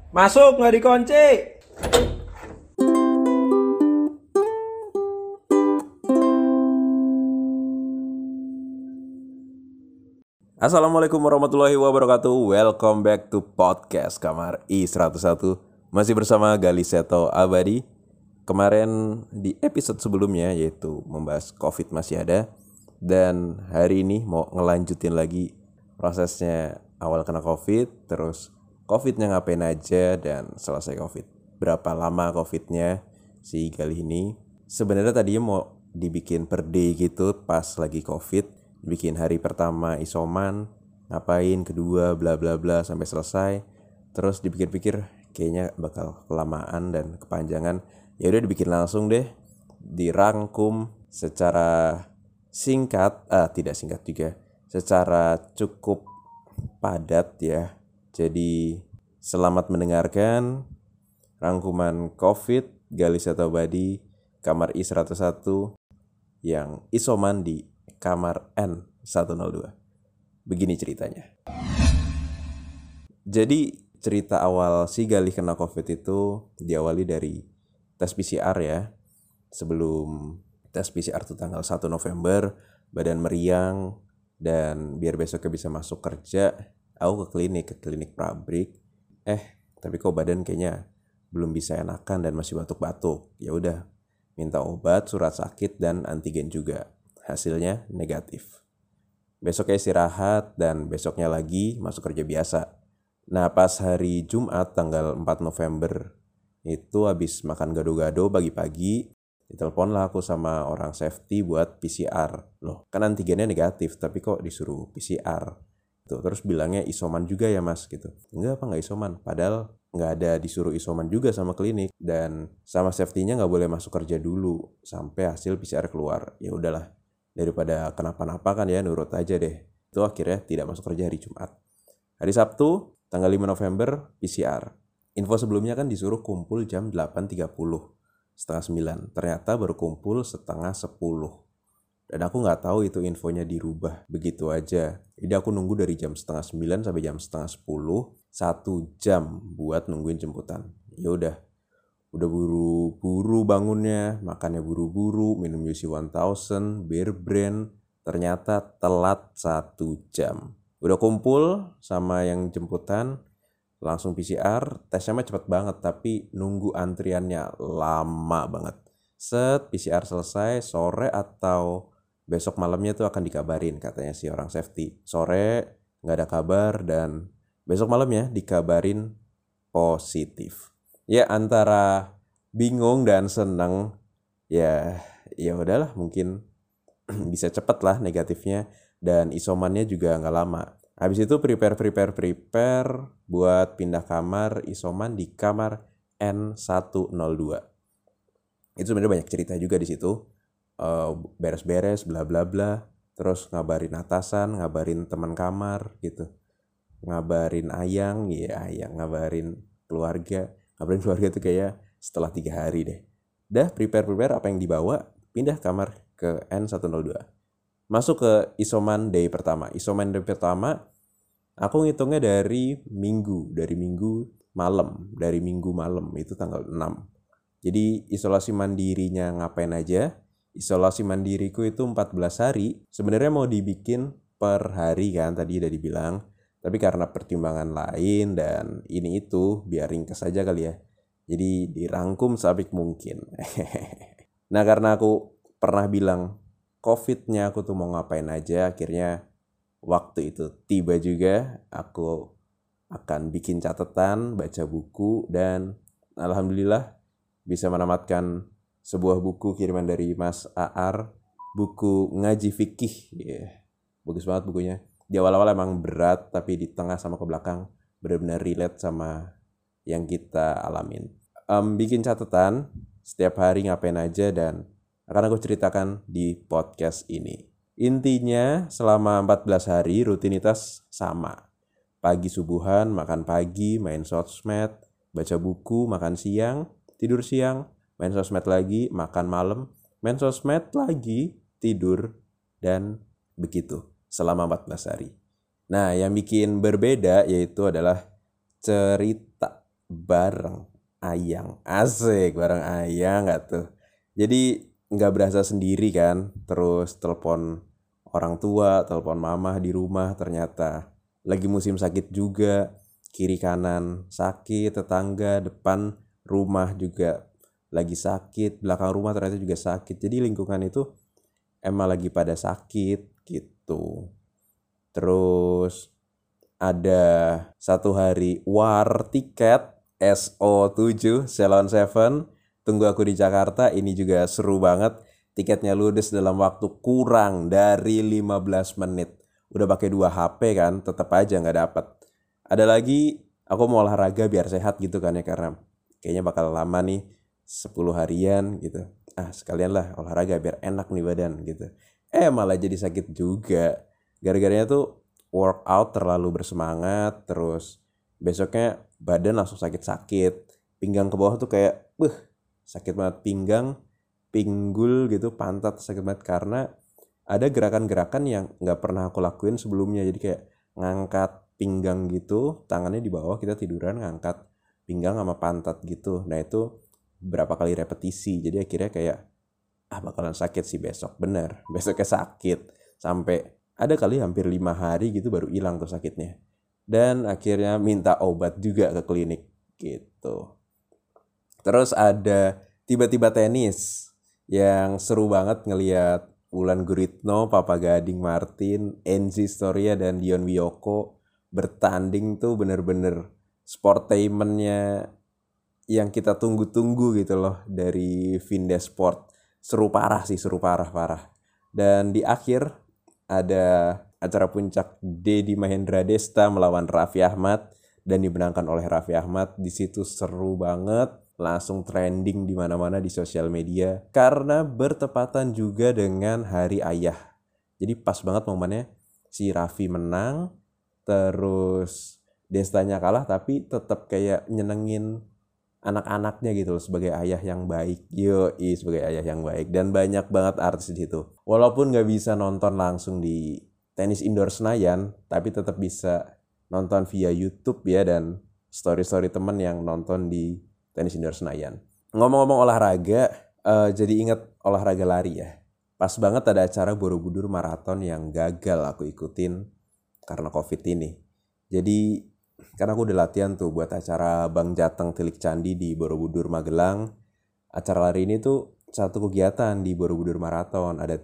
Masuk nggak dikunci. Assalamualaikum warahmatullahi wabarakatuh. Welcome back to podcast Kamar I101. Masih bersama Gali Seto Abadi. Kemarin di episode sebelumnya yaitu membahas COVID masih ada. Dan hari ini mau ngelanjutin lagi prosesnya awal kena COVID, terus COVID-nya ngapain aja, dan selesai COVID. Berapa lama COVID-nya si Gali ini. Sebenarnya tadinya mau dibikin per day gitu pas lagi COVID. Bikin hari pertama isoman, ngapain, kedua bla bla bla sampai selesai. Terus dipikir-pikir kayaknya bakal kelamaan dan kepanjangan. Ya udah dibikin langsung deh. Dirangkum secara singkat, tidak singkat juga, secara cukup padat ya. Jadi selamat mendengarkan rangkuman COVID Gali Seto Abadi Kamar I101 yang isoman di Kamar N102. Begini ceritanya. Jadi cerita awal si Gali kena COVID itu diawali dari tes PCR ya. Sebelum tes PCR itu tanggal 1 November, badan meriang, dan biar besoknya bisa masuk kerja, aku ke klinik pabrik. Tapi kok badan kayaknya belum bisa enakan dan masih batuk-batuk. Ya udah, minta obat, surat sakit, dan antigen juga. Hasilnya negatif. Besoknya istirahat dan besoknya lagi masuk kerja biasa. Nah pas hari Jumat tanggal 4 November itu habis makan gado-gado pagi-pagi, ditelepon lah aku sama orang safety buat PCR. Loh kan antigennya negatif tapi kok disuruh PCR. Tuh, terus bilangnya isoman juga ya mas gitu. Enggak isoman, padahal nggak ada disuruh isoman juga sama klinik. Dan sama safety-nya nggak boleh masuk kerja dulu sampai hasil PCR keluar. Ya udahlah, daripada kenapa-napa kan ya nurut aja deh. Itu akhirnya tidak masuk kerja hari Jumat. Hari Sabtu tanggal 5 November PCR. Info sebelumnya kan disuruh kumpul jam 8.30, setengah 9. Ternyata baru kumpul setengah 10. Dan aku nggak tahu itu infonya dirubah begitu aja. Jadi aku nunggu dari jam setengah 9 sampai jam setengah 10, 1 jam buat nungguin jemputan. Ya udah buru-buru bangunnya, makannya buru-buru, minum UC 1000, Bear Brand, ternyata telat 1 jam. Udah kumpul sama yang jemputan, langsung PCR, tesnya mah cepet banget, tapi nunggu antriannya lama banget. PCR selesai, sore atau besok malamnya tuh akan dikabarin katanya si orang safety. Sore nggak ada kabar dan besok malamnya dikabarin positif. Ya antara bingung dan senang. Ya udahlah mungkin bisa cepet lah negatifnya dan isomannya juga nggak lama. Habis itu prepare buat pindah kamar isoman di kamar N102. Itu sebenarnya banyak cerita juga di situ. Beres-beres bla bla bla, terus ngabarin atasan, ngabarin teman kamar gitu, ngabarin ayang, ngabarin keluarga tuh kayak setelah 3 hari deh. Dah prepare apa yang dibawa, pindah kamar ke N102. Masuk ke isoman day pertama. Isoman day pertama aku ngitungnya dari minggu malam itu tanggal 6. Jadi isolasi mandirinya ngapain aja? Isolasi mandiriku itu 14 hari. Sebenarnya mau dibikin per hari kan, tadi udah dibilang. Tapi karena pertimbangan lain dan ini itu, biar ringkas aja kali ya. Jadi dirangkum seapik mungkin. Nah karena aku pernah bilang COVID-nya aku tuh mau ngapain aja, akhirnya waktu itu tiba juga. Aku akan bikin catatan, baca buku, dan alhamdulillah bisa menamatkan sebuah buku kiriman dari Mas Aar, buku ngaji fikih. Bagus banget bukunya. Di awal-awal emang berat, tapi di tengah sama ke belakang benar-benar relate sama yang kita alamin. Bikin catatan setiap hari ngapain aja dan akan aku ceritakan di podcast ini. Intinya selama 14 hari rutinitas sama. Pagi subuhan, makan pagi, main sosmed, baca buku, makan siang, tidur siang, main sosmed lagi, makan malam, main sosmed lagi, tidur, dan begitu selama 14 hari. Nah, yang bikin berbeda yaitu adalah cerita. bareng Ayang. Asik, bareng Ayang nggak tuh? Jadi nggak berasa sendiri kan, terus telepon orang tua, telepon mama di rumah, ternyata lagi musim sakit juga, kiri kanan sakit, tetangga depan rumah juga lagi sakit, belakang rumah ternyata juga sakit. Jadi lingkungan itu emang lagi pada sakit gitu. Terus ada satu hari war tiket SO7 Ceylon 7. Tunggu aku di Jakarta, ini juga seru banget. Tiketnya ludes dalam waktu kurang dari 15 menit. Udah pakai 2 HP kan, tetap aja nggak dapet. Ada lagi, aku mau olahraga biar sehat gitu kan ya, karena kayaknya bakal lama nih, 10 harian gitu. Sekalian lah olahraga biar enak nih badan gitu. Malah jadi sakit juga. Gara-garanya tuh workout terlalu bersemangat, terus besoknya badan langsung sakit-sakit. Pinggang ke bawah tuh kayak, sakit banget pinggang, pinggul gitu, pantat sakit banget karena ada gerakan-gerakan yang nggak pernah aku lakuin sebelumnya. Jadi kayak ngangkat pinggang gitu, tangannya di bawah, kita tiduran ngangkat pinggang sama pantat gitu. Nah itu berapa kali repetisi, jadi akhirnya kayak bakalan sakit sih besok. Bener, besoknya sakit sampai ada kali hampir 5 hari gitu baru hilang tuh sakitnya. Dan akhirnya minta obat juga ke klinik gitu. Terus ada tiba-tiba tenis yang seru banget ngelihat Wulan Guritno, Papa Gading Martin, Enzi Storia dan Dion Wiyoko bertanding tuh bener-bener sportainmentnya yang kita tunggu-tunggu gitu loh dari Vindes Sport. Seru parah sih, seru parah. Dan di akhir ada acara puncak Dedi Mahendra Desta melawan Raffi Ahmad dan dimenangkan oleh Raffi Ahmad. Di situ seru banget, langsung trending di mana-mana di sosial media karena bertepatan juga dengan Hari Ayah. Jadi pas banget momennya, si Raffi menang, terus Destanya kalah tapi tetap kayak nyenengin anak-anaknya gitu loh sebagai ayah yang baik. Sebagai ayah yang baik. Dan banyak banget artis di situ. Walaupun nggak bisa nonton langsung di tenis indoor Senayan, tapi tetap bisa nonton via YouTube ya, dan story-story temen yang nonton di tenis indoor Senayan. Ngomong-ngomong olahraga, jadi inget olahraga lari ya. Pas banget ada acara Borobudur Marathon yang gagal aku ikutin karena COVID ini. Jadi karena aku udah latihan tuh buat acara Bang Jateng Tilik Candi di Borobudur Magelang. Acara lari ini tuh satu kegiatan di Borobudur Marathon. Ada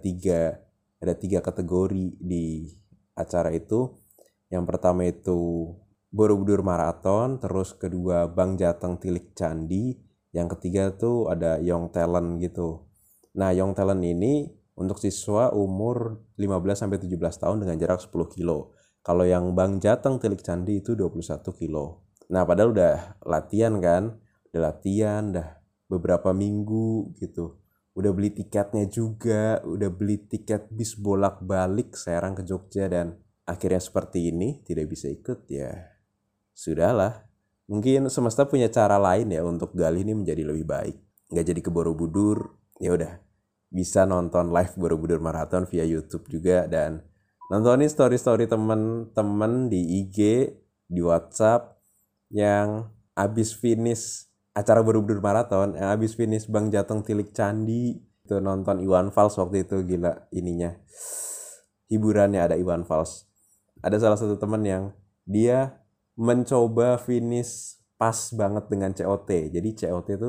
tiga kategori di acara itu. Yang pertama itu Borobudur Marathon, terus kedua Bang Jateng Tilik Candi, yang ketiga tuh ada Young Talent gitu. Nah, Young Talent ini untuk siswa umur 15-17 tahun dengan jarak 10 kilo. Kalau yang Bang Jateng Tilik Candi itu 21 kilo. Nah, padahal udah latihan kan? Udah beberapa minggu gitu. Udah beli tiketnya juga, udah beli tiket bis bolak-balik Serang ke Jogja, dan akhirnya seperti ini, tidak bisa ikut ya. Sudahlah. Mungkin semesta punya cara lain ya untuk Galih ini menjadi lebih baik. Nggak jadi ke Borobudur, ya udah. Bisa nonton live Borobudur Marathon via YouTube juga, dan nontonin story-story temen-temen di IG, di WhatsApp yang abis finish acara Borobudur Marathon, yang abis finish Bang Jateng Tilik Candi, itu nonton Iwan Fals waktu itu. Gila ininya, hiburannya ada Iwan Fals. Ada salah satu temen yang dia mencoba finish pas banget dengan COT. Jadi COT itu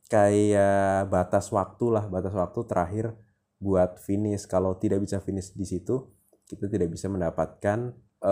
kayak batas waktu terakhir buat finish. Kalau tidak bisa finish di situ, kita tidak bisa mendapatkan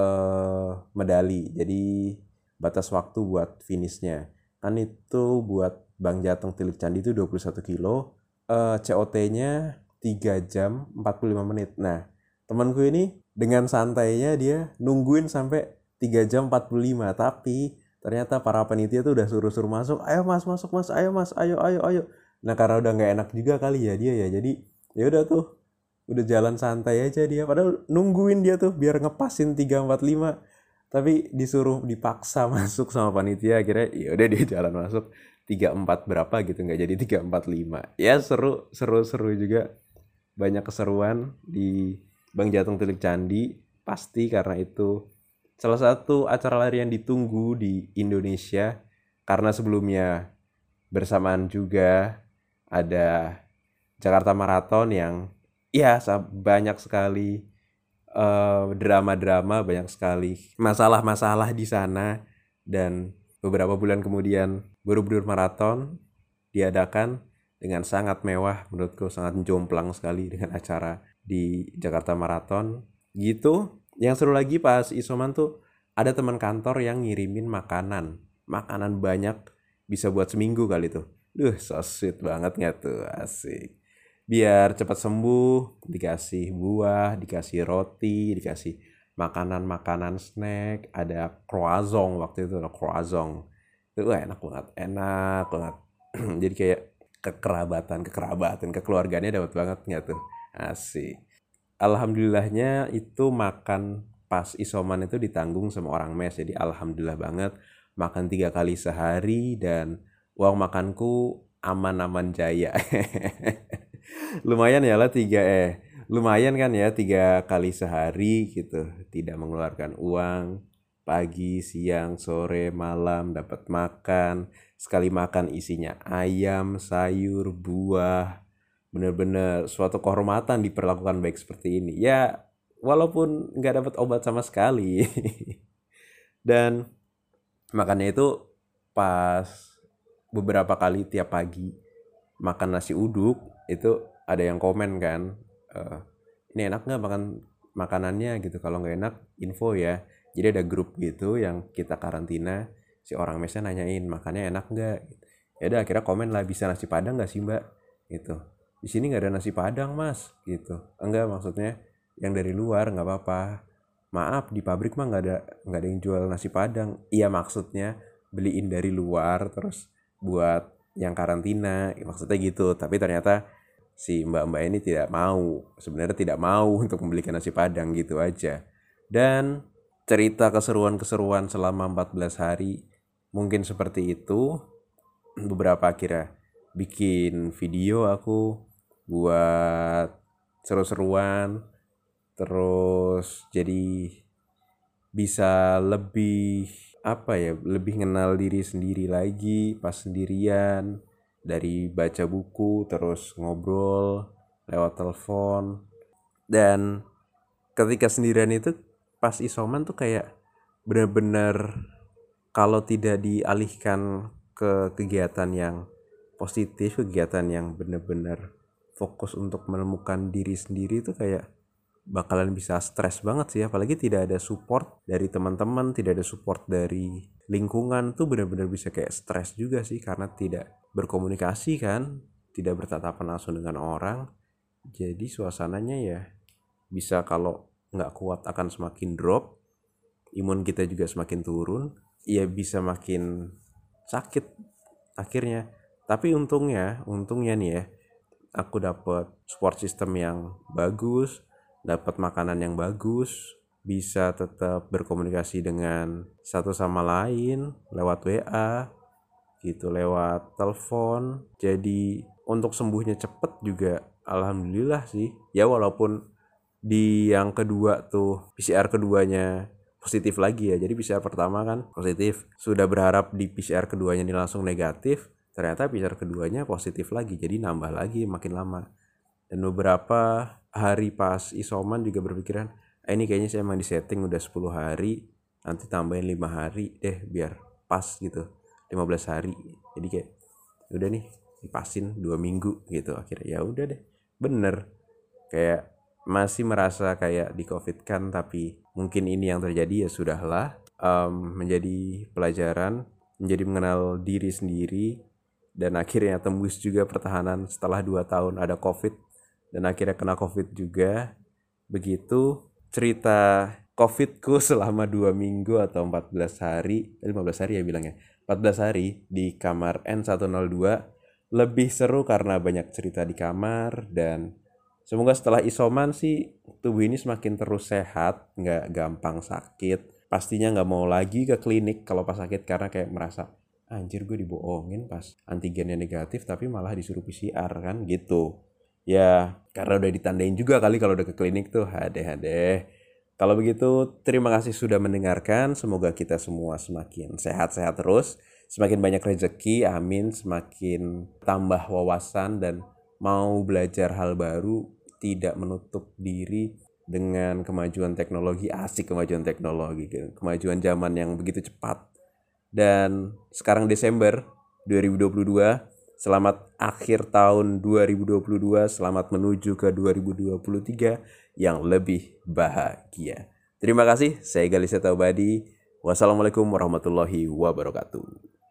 medali. Jadi batas waktu buat finishnya. Kan itu buat Bang Jateng Tilik Candi itu 21 kilo. COT-nya 3 jam 45 menit. Nah, temanku ini dengan santainya dia nungguin sampai 3 jam 45. Tapi ternyata para panitia tuh udah suruh-suruh masuk. Ayo mas, masuk mas, ayo mas, ayo. Nah, karena udah gak enak juga kali ya dia ya. Jadi ya udah tuh, udah jalan santai aja dia, padahal nungguin dia tuh biar ngepasin 3.45, tapi dipaksa masuk sama panitia. Akhirnya ya udah dia jalan masuk 3.4 berapa gitu, nggak jadi 3.45. Ya seru juga, banyak keseruan di Bang Jateng Tilik Candi pasti, karena itu salah satu acara lari yang ditunggu di Indonesia karena sebelumnya bersamaan juga ada Jakarta Marathon yang ya banyak sekali drama-drama, banyak sekali masalah-masalah di sana, dan beberapa bulan kemudian Borobudur Marathon diadakan dengan sangat mewah, menurutku sangat jomplang sekali dengan acara di Jakarta Marathon gitu. Yang seru lagi pas isoman tuh ada teman kantor yang ngirimin makanan banyak, bisa buat seminggu kali tuh. Duh, so sweet banget nggak tuh, asik. Biar cepat sembuh, dikasih buah, dikasih roti, dikasih makanan-makanan snack, ada croissant waktu itu, ada croissant. Itu enak banget, enak banget. Jadi kayak kekerabatan, kekeluargaannya dapat banget nggak tuh? Asik. Alhamdulillahnya itu makan pas isoman itu ditanggung sama orang mes, jadi alhamdulillah banget, makan 3 kali sehari dan uang makanku aman-aman jaya. Lumayan ya lah lumayan kan ya 3 kali sehari gitu, tidak mengeluarkan uang, pagi siang sore malam dapat makan, sekali makan isinya ayam sayur buah, bener-bener suatu kehormatan diperlakukan baik seperti ini ya, walaupun nggak dapat obat sama sekali. Dan makannya itu pas beberapa kali tiap pagi makan nasi uduk, itu ada yang komen kan, eh, ini enak nggak makan makanannya gitu, kalau nggak enak info ya. Jadi ada grup gitu yang kita karantina, si orang mesnya nanyain makannya enak nggak. Ya udah akhirnya komen lah, bisa nasi padang nggak sih mbak gitu. Di sini nggak ada nasi padang mas gitu. Enggak, maksudnya yang dari luar nggak apa-apa, maaf di pabrik mah nggak ada yang jual nasi padang. Iya, maksudnya beliin dari luar terus buat yang karantina, maksudnya gitu. Tapi ternyata si mbak-mbak ini sebenarnya tidak mau untuk membelikan nasi padang gitu aja. Dan cerita keseruan-keseruan selama 14 hari mungkin seperti itu. Beberapa akhirnya bikin video aku buat seru-seruan, terus jadi bisa lebih lebih kenal diri sendiri lagi pas sendirian, dari baca buku terus ngobrol lewat telepon. Dan ketika sendirian itu pas isoman tuh kayak bener-bener, kalau tidak dialihkan ke kegiatan yang positif, kegiatan yang bener-bener fokus untuk menemukan diri sendiri, itu kayak bakalan bisa stres banget sih, apalagi tidak ada support dari teman-teman, tidak ada support dari lingkungan, tuh benar-benar bisa kayak stres juga sih, karena tidak berkomunikasi kan, tidak bertatapan langsung dengan orang. Jadi suasananya ya bisa, kalau nggak kuat akan semakin drop, imun kita juga semakin turun, ya bisa makin sakit akhirnya. Tapi untungnya nih ya, aku dapat support system yang bagus, dapat makanan yang bagus, bisa tetap berkomunikasi dengan satu sama lain lewat WA gitu, lewat telepon. Jadi untuk sembuhnya cepet juga alhamdulillah sih ya, walaupun di yang kedua tuh PCR keduanya positif lagi ya. Jadi PCR pertama kan positif, sudah berharap di PCR keduanya ini langsung negatif, ternyata PCR keduanya positif lagi, jadi nambah lagi makin lama. Dan beberapa hari pas isoman juga berpikiran, ini kayaknya saya emang disetting udah 10 hari, nanti tambahin 5 hari deh biar pas gitu, 15 hari. Jadi kayak udah nih dipasin 2 minggu gitu. Akhirnya ya udah deh, bener, kayak masih merasa kayak di covid kan, tapi mungkin ini yang terjadi, ya sudahlah. Menjadi pelajaran, menjadi mengenal diri sendiri, dan akhirnya tembus juga pertahanan setelah 2 tahun ada covid, dan akhirnya kena covid juga. Begitu cerita covidku selama 2 minggu atau 14 hari, 15 hari ya bilangnya, 14 hari di kamar N102. Lebih seru karena banyak cerita di kamar, dan semoga setelah isoman sih tubuh ini semakin terus sehat, nggak gampang sakit. Pastinya nggak mau lagi ke klinik kalau pas sakit, karena kayak merasa anjir gue dibohongin pas antigennya negatif tapi malah disuruh PCR kan gitu. Ya karena udah ditandain juga kali kalau udah ke klinik tuh, hadeh. Kalau begitu terima kasih sudah mendengarkan, semoga kita semua semakin sehat-sehat terus. semakin banyak rezeki, amin, semakin tambah wawasan dan mau belajar hal baru, tidak menutup diri dengan kemajuan teknologi, asik kemajuan teknologi, kemajuan zaman yang begitu cepat. Dan sekarang Desember 2022, selamat akhir tahun 2022, selamat menuju ke 2023 yang lebih bahagia. Terima kasih, saya Galih Setaubadi. Wassalamualaikum warahmatullahi wabarakatuh.